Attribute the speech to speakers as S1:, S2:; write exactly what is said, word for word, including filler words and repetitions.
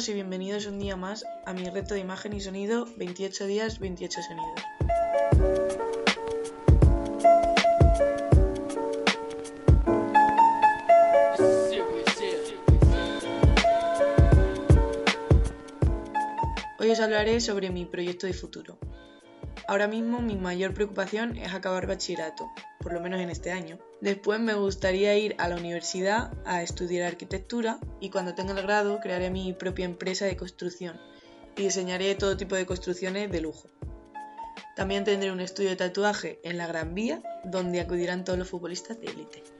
S1: todos y bienvenidos un día más a mi reto de imagen y sonido veintiocho días, veintiocho sonidos. Hoy os hablaré sobre mi proyecto de futuro. Ahora mismo mi mayor preocupación es acabar bachillerato, por lo menos en este año. Después me gustaría ir a la universidad a estudiar arquitectura y cuando tenga el grado crearé mi propia empresa de construcción y diseñaré todo tipo de construcciones de lujo. También tendré un estudio de tatuaje en la Gran Vía donde acudirán todos los futbolistas de élite.